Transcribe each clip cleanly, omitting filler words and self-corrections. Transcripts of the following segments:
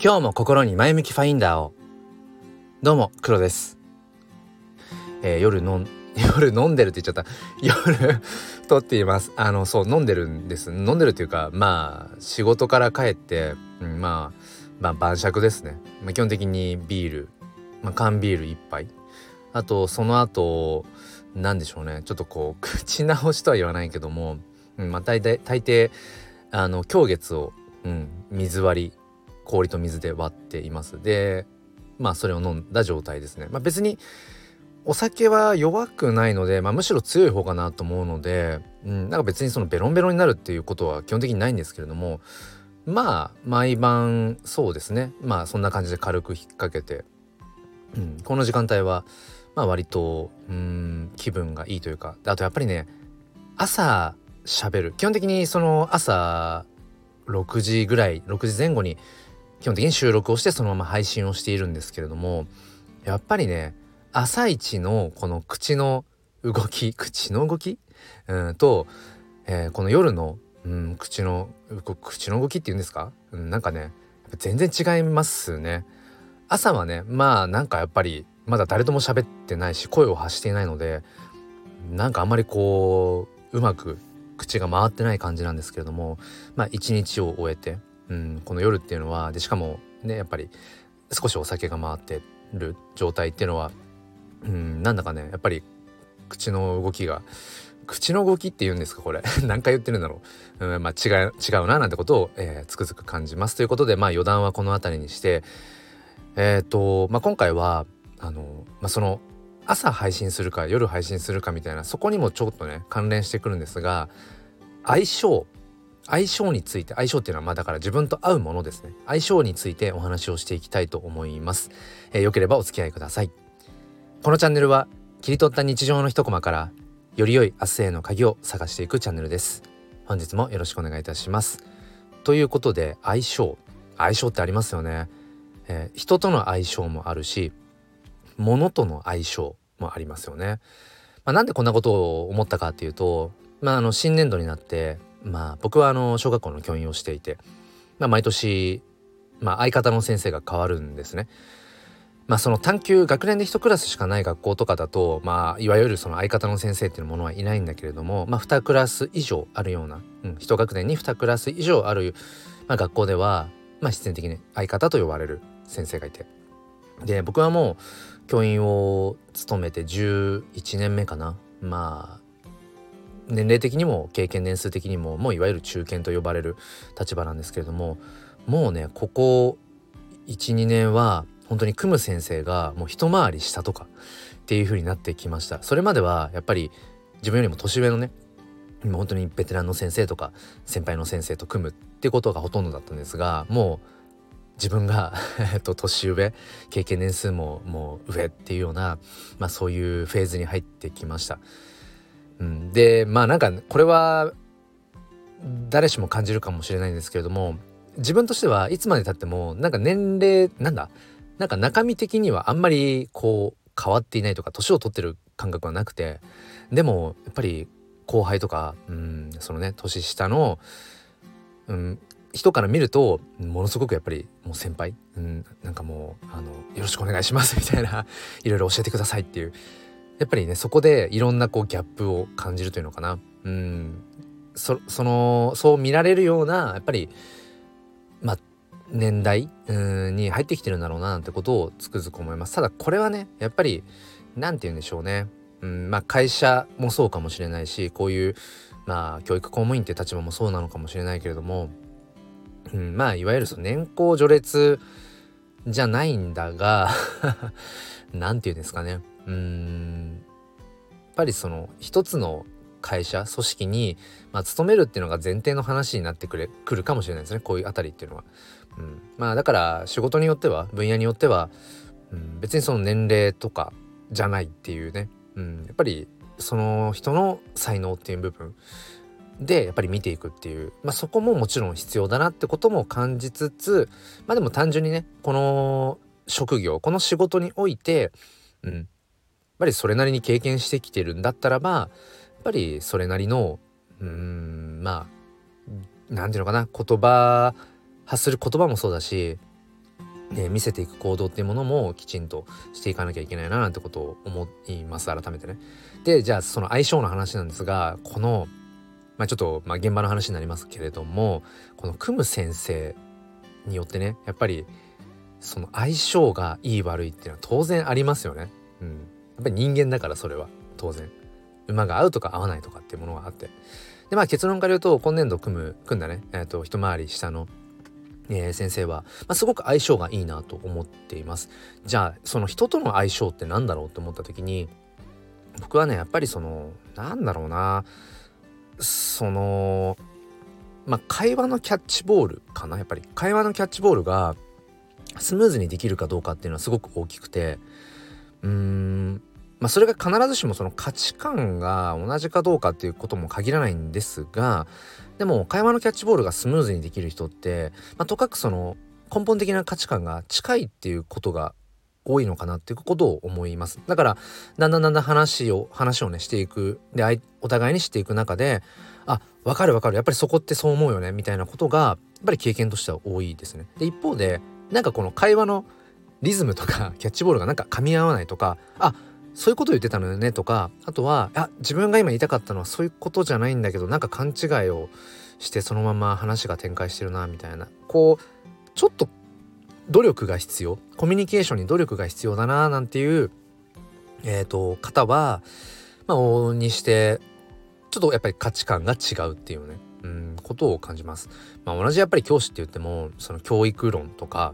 今日も心に前向きファインダーを。どうも黒です。夜飲んでるって言っちゃった。夜撮っています。そう飲んでるんです。飲んでるっていうか、仕事から帰って、晩酌ですね。基本的にビール、缶ビール一杯、あとその後なんでしょうね、ちょっとこう口直しとは言わないけども、大抵狂月を、水割り、氷と水で割っています。でそれを飲んだ状態ですね。別にお酒は弱くないので、むしろ強い方かなと思うので、なんか別にそのベロンベロンになるっていうことは基本的にないんですけれども、毎晩そうですね、そんな感じで軽く引っ掛けて、この時間帯は割と気分がいいというか、あとやっぱりね、朝喋る、基本的にその朝6時前後に基本的に収録をしてそのまま配信をしているんですけれども、やっぱりね、朝一のこの口の動きと、この夜の、口の動きっていうんですか、なんかね、やっぱ全然違いますね。朝はね、なんかやっぱりまだ誰とも喋ってないし、声を発していないので、なんかあんまりこううまく口が回ってない感じなんですけれども、一日を終えて、この夜っていうのはで、しかもね、やっぱり少しお酒が回ってる状態っていうのは、なんだかね、やっぱり口の動きっていうんですか、これ何回言ってるんだろう、違うななんてことを、つくづく感じますということで、余談はこの辺りにして、今回はその朝配信するか夜配信するかみたいな、そこにもちょっとね関連してくるんですが、相性について、相性っていうのはだから自分と合うものですね。相性についてお話をしていきたいと思います。よければお付き合いください。このチャンネルは切り取った日常の一コマからより良い明日への鍵を探していくチャンネルです。本日もよろしくお願いいたします。ということで、相性ってありますよね。人との相性もあるし、物との相性もありますよね。なんでこんなことを思ったかっていうと、新年度になって、僕は小学校の教員をしていて、毎年、相方の先生が変わるんですね。その学年で一クラスしかない学校とかだと、いわゆるその相方の先生っていうものはいないんだけれども、2クラス以上あるような、一学年に2クラス以上ある、学校では、必然的に相方と呼ばれる先生がいて、で僕はもう教員を務めて11年目かな。年齢的にも経験年数的にも、もういわゆる中堅と呼ばれる立場なんですけれども、もうね、ここ 1,2 年は本当に組む先生がもう一回り下とかっていう風になってきました。それまではやっぱり自分よりも年上のね、本当にベテランの先生とか先輩の先生と組むっていうことがほとんどだったんですが、もう自分が年上、経験年数ももう上っていうような、そういうフェーズに入ってきました。でなんかこれは誰しも感じるかもしれないんですけれども、自分としてはいつまで経ってもなんか年齢なんか中身的にはあんまりこう変わっていないとか、年を取ってる感覚はなくて、でもやっぱり後輩とか、そのね年下の、人から見るとものすごくやっぱりもう先輩、なんかもうよろしくお願いしますみたいな、いろいろ教えてくださいっていう、やっぱりねそこでいろんなこうギャップを感じるというのかな。そう見られるようなやっぱり年代に入ってきてるんだろうななんてことをつくづく思います。ただこれはね、やっぱりなんて言うんでしょうね、会社もそうかもしれないし、こういう教育公務員って立場もそうなのかもしれないけれども、いわゆるその年功序列じゃないんだがなんて言うんですかね、やっぱりその一つの会社組織に、勤めるっていうのが前提の話になってくるかもしれないですね、こういうあたりっていうのは。だから仕事によっては、分野によっては、別にその年齢とかじゃないっていうね、やっぱりその人の才能っていう部分でやっぱり見ていくっていう、そこももちろん必要だなってことも感じつつ、でも単純にね、この職業、この仕事において、やっぱりそれなりに経験してきてるんだったらば、やっぱりそれなりのなんていうのかな、発する言葉もそうだし、 見せていく行動っていうものもきちんとしていかなきゃいけないななんてことを思います。改めてね。でじゃあその相性の話なんですが、このちょっと現場の話になりますけれども、この組む先生によってね、やっぱりその相性がいい悪いっていうのは当然ありますよね。やっぱり人間だから、それは当然馬が合うとか合わないとかっていうものがあって、で結論から言うと、今年度組んだね、一回り下の先生は、すごく相性がいいなと思っています。じゃあその人との相性ってなんだろうって思った時に、僕はねやっぱりなんだろうな、会話のキャッチボールかな。やっぱり会話のキャッチボールがスムーズにできるかどうかっていうのはすごく大きくて、それが必ずしもその価値観が同じかどうかっていうことも限らないんですが、でも会話のキャッチボールがスムーズにできる人って、とかくその根本的な価値観が近いっていうことが多いのかなっていうことを思います。だからだんだん話をねしていくで、お互いにしていく中で、わかるやっぱりそこってそう思うよねみたいなことがやっぱり経験としては多いですね。で一方でこの会話のリズムとかキャッチボールが噛み合わないとか、そういうこと言ってたのよねとか、あとは自分が今言いたかったのはそういうことじゃないんだけど勘違いをしてそのまま話が展開してるなみたいな、ちょっと努力が必要、コミュニケーションに努力が必要だななんていう方は往々にしてちょっとやっぱり価値観が違うっていうねことを感じます。同じやっぱり教師って言っても、その教育論とか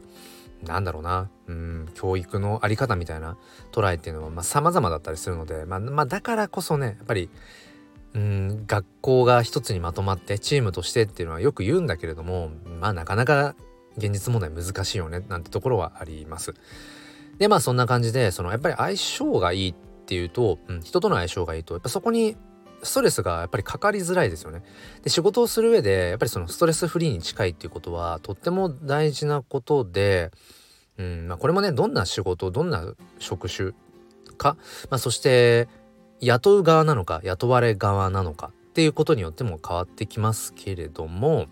教育のあり方みたいな捉えっていうのは様々だったりするので、だからこそねやっぱり学校が一つにまとまってチームとしてっていうのはよく言うんだけれども、なかなか現実問題難しいよねなんてところはあります。でそんな感じで、やっぱり相性がいいっていうと、人との相性がいいとやっぱそこにストレスがやっぱりかかりづらいですよね。で仕事をする上でやっぱりそのストレスフリーに近いっていうことはとっても大事なことで、これもねどんな仕事どんな職種か、そして雇う側なのか雇われ側なのかっていうことによっても変わってきますけれども、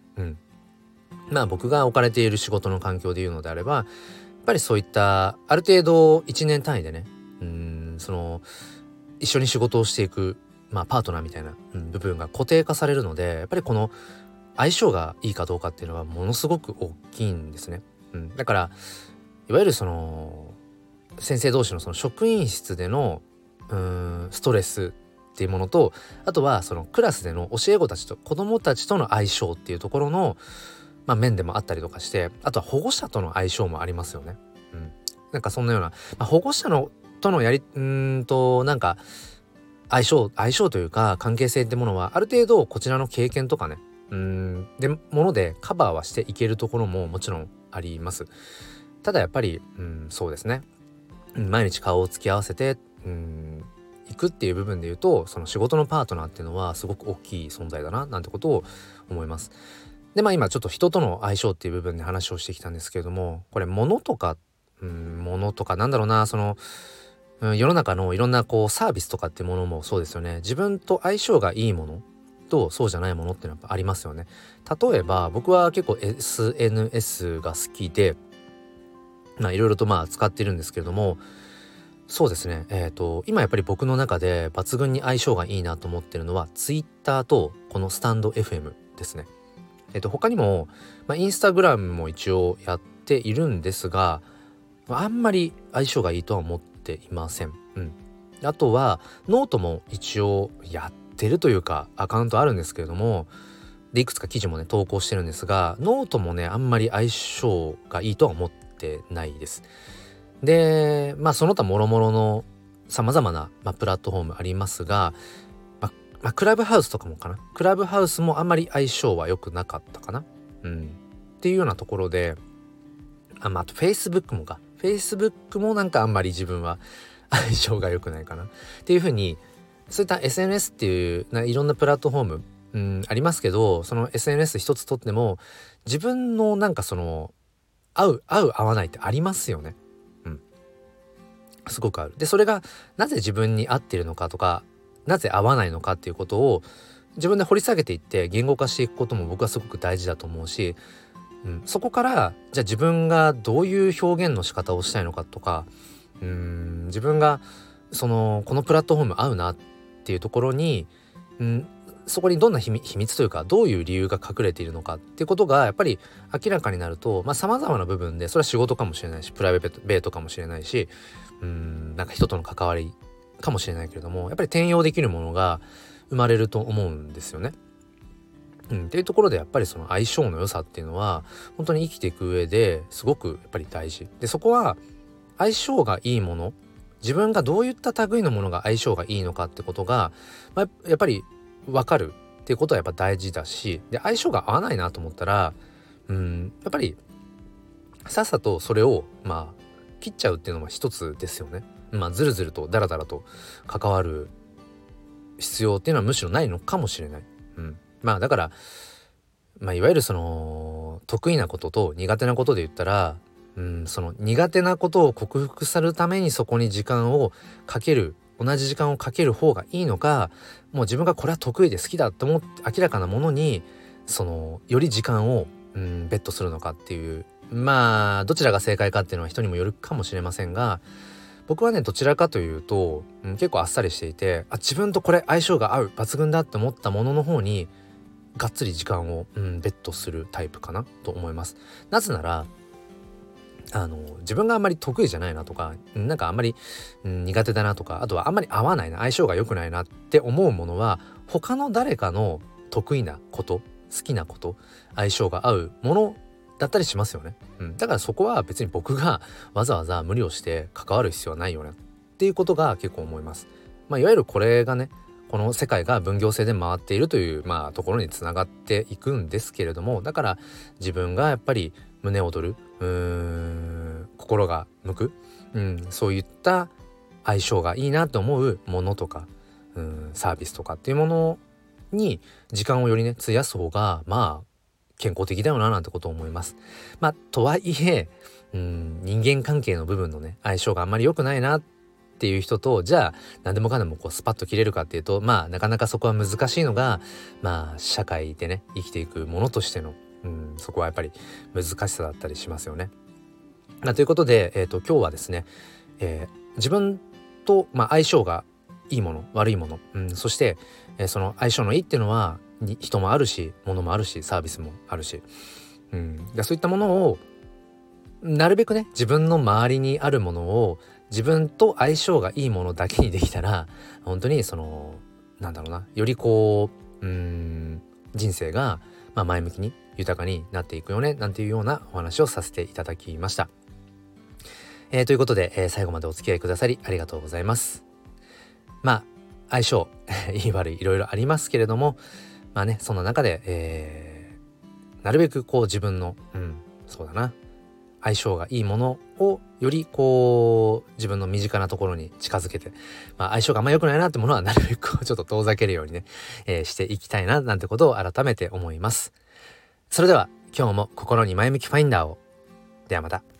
僕が置かれている仕事の環境で言うのであれば、やっぱりそういったある程度1年単位でね一緒に仕事をしていくパートナーみたいな、部分が固定化されるので、やっぱりこの相性がいいかどうかっていうのはものすごく大きいんですね。だからいわゆるその先生同士のその職員室でのストレスっていうものと、あとはそのクラスでの教え子たちと子どもたちとの相性っていうところの、面でもあったりとかして、あとは保護者との相性もありますよね。そんなような、保護者のとの相性というか関係性ってものはある程度こちらの経験とかねでものでカバーはしていけるところももちろんあります。ただやっぱりそうですね、毎日顔を突き合わせて行くっていう部分で言うと、その仕事のパートナーっていうのはすごく大きい存在だななんてことを思います。で今ちょっと人との相性っていう部分で話をしてきたんですけれども、これ物とか世の中のいろんなサービスとかっていうものもそうですよね。自分と相性がいいものとそうじゃないものっていうのはやっぱありますよね。例えば僕は結構 SNS が好きでいろいろと使ってるんですけれども、そうですね今やっぱり僕の中で抜群に相性がいいなと思ってるのは Twitter とこのスタンド FM ですね。他にもインスタグラムも一応やっているんですが、あんまり相性がいいとは思っていません。あとはノートも一応やってるというかアカウントあるんですけれども、でいくつか記事もね投稿してるんですが、ノートもねあんまり相性がいいとは思ってないです。でその他もろもろのさまざまな、プラットフォームありますが、クラブハウスとかもかな、クラブハウスもあんまり相性は良くなかったかなっていうようなところで、あと Facebook もあんまり自分は相性が良くないかなっていう風に、そういった SNS っていういろんなプラットフォームありますけど、その SNS 一つとっても自分の合う合わないってありますよね。すごくある。でそれがなぜ自分に合っているのかとか、なぜ合わないのかっていうことを自分で掘り下げていって言語化していくことも僕はすごく大事だと思うし、 そこからじゃあ自分がどういう表現の仕方をしたいのかとか、自分がこのプラットフォーム合うなっていうところに、そこにどんな秘密というかどういう理由が隠れているのかっていうことがやっぱり明らかになると、様々な部分で、それは仕事かもしれないし、プライベートかもしれないし、なんか人との関わりかもしれないけれども、やっぱり転用できるものが生まれると思うんですよね。っていうところでやっぱりその相性の良さっていうのは本当に生きていく上ですごくやっぱり大事で、そこは相性がいいもの、自分がどういった類のものが相性がいいのかってことが、やっぱり分かるっていうことはやっぱ大事だし、で相性が合わないなと思ったらやっぱりさっさとそれを切っちゃうっていうのも一つですよね。ずるずるとダラダラと関わる必要っていうのはむしろないのかもしれない。だからいわゆるその得意なことと苦手なことで言ったら、その苦手なことを克服するためにそこに時間をかける、同じ時間をかける方がいいのか、もう自分がこれは得意で好きだと思って明らかなものにより時間をベットするのかっていう、どちらが正解かっていうのは人にもよるかもしれませんが、僕はねどちらかというと、結構あっさりしていて、自分とこれ相性が合う抜群だって思ったものの方にがっつり時間を、ベットするタイプかなと思います。なぜなら自分があんまり得意じゃないなとか、なんかあんまり、苦手だなとか、あとはあんまり合わないな、相性が良くないなって思うものは他の誰かの得意なこと、好きなこと、相性が合うものだったりしますよね。だからそこは別に僕がわざわざ無理をして関わる必要はないよねっていうことが結構思います。いわゆるこれがね、この世界が分業制で回っているというところにつながっていくんですけれども、だから自分がやっぱり胸躍る、心が向く、そういった相性がいいなと思うものとか、サービスとかっていうものに時間をよりね費やす方が健康的だよななんてことを思います。とはいえ人間関係の部分のね相性があんまり良くないなっていう人と、じゃあ何でもかんでもスパッと切れるかっていうとなかなかそこは難しいのが社会でね生きていくものとしてのそこはやっぱり難しさだったりしますよね。ということで、今日はですね、自分と、相性がいいもの悪いもの、そして、その相性のいいっていうのは人もあるし物もあるしサービスもあるし、そういったものをなるべくね自分の周りにあるものを自分と相性がいいものだけにできたら、本当により人生が前向きに豊かになっていくよねなんていうようなお話をさせていただきました。ということで、最後までお付き合いくださりありがとうございます。相性いい悪いいろいろありますけれども、そんな中で、なるべく自分のそうだな相性がいいものをより自分の身近なところに近づけて、相性があんま良くないなってものはなるべくちょっと遠ざけるようにね、していきたいななんてことを改めて思います。それでは今日も心に前向きファインダーを。ではまた。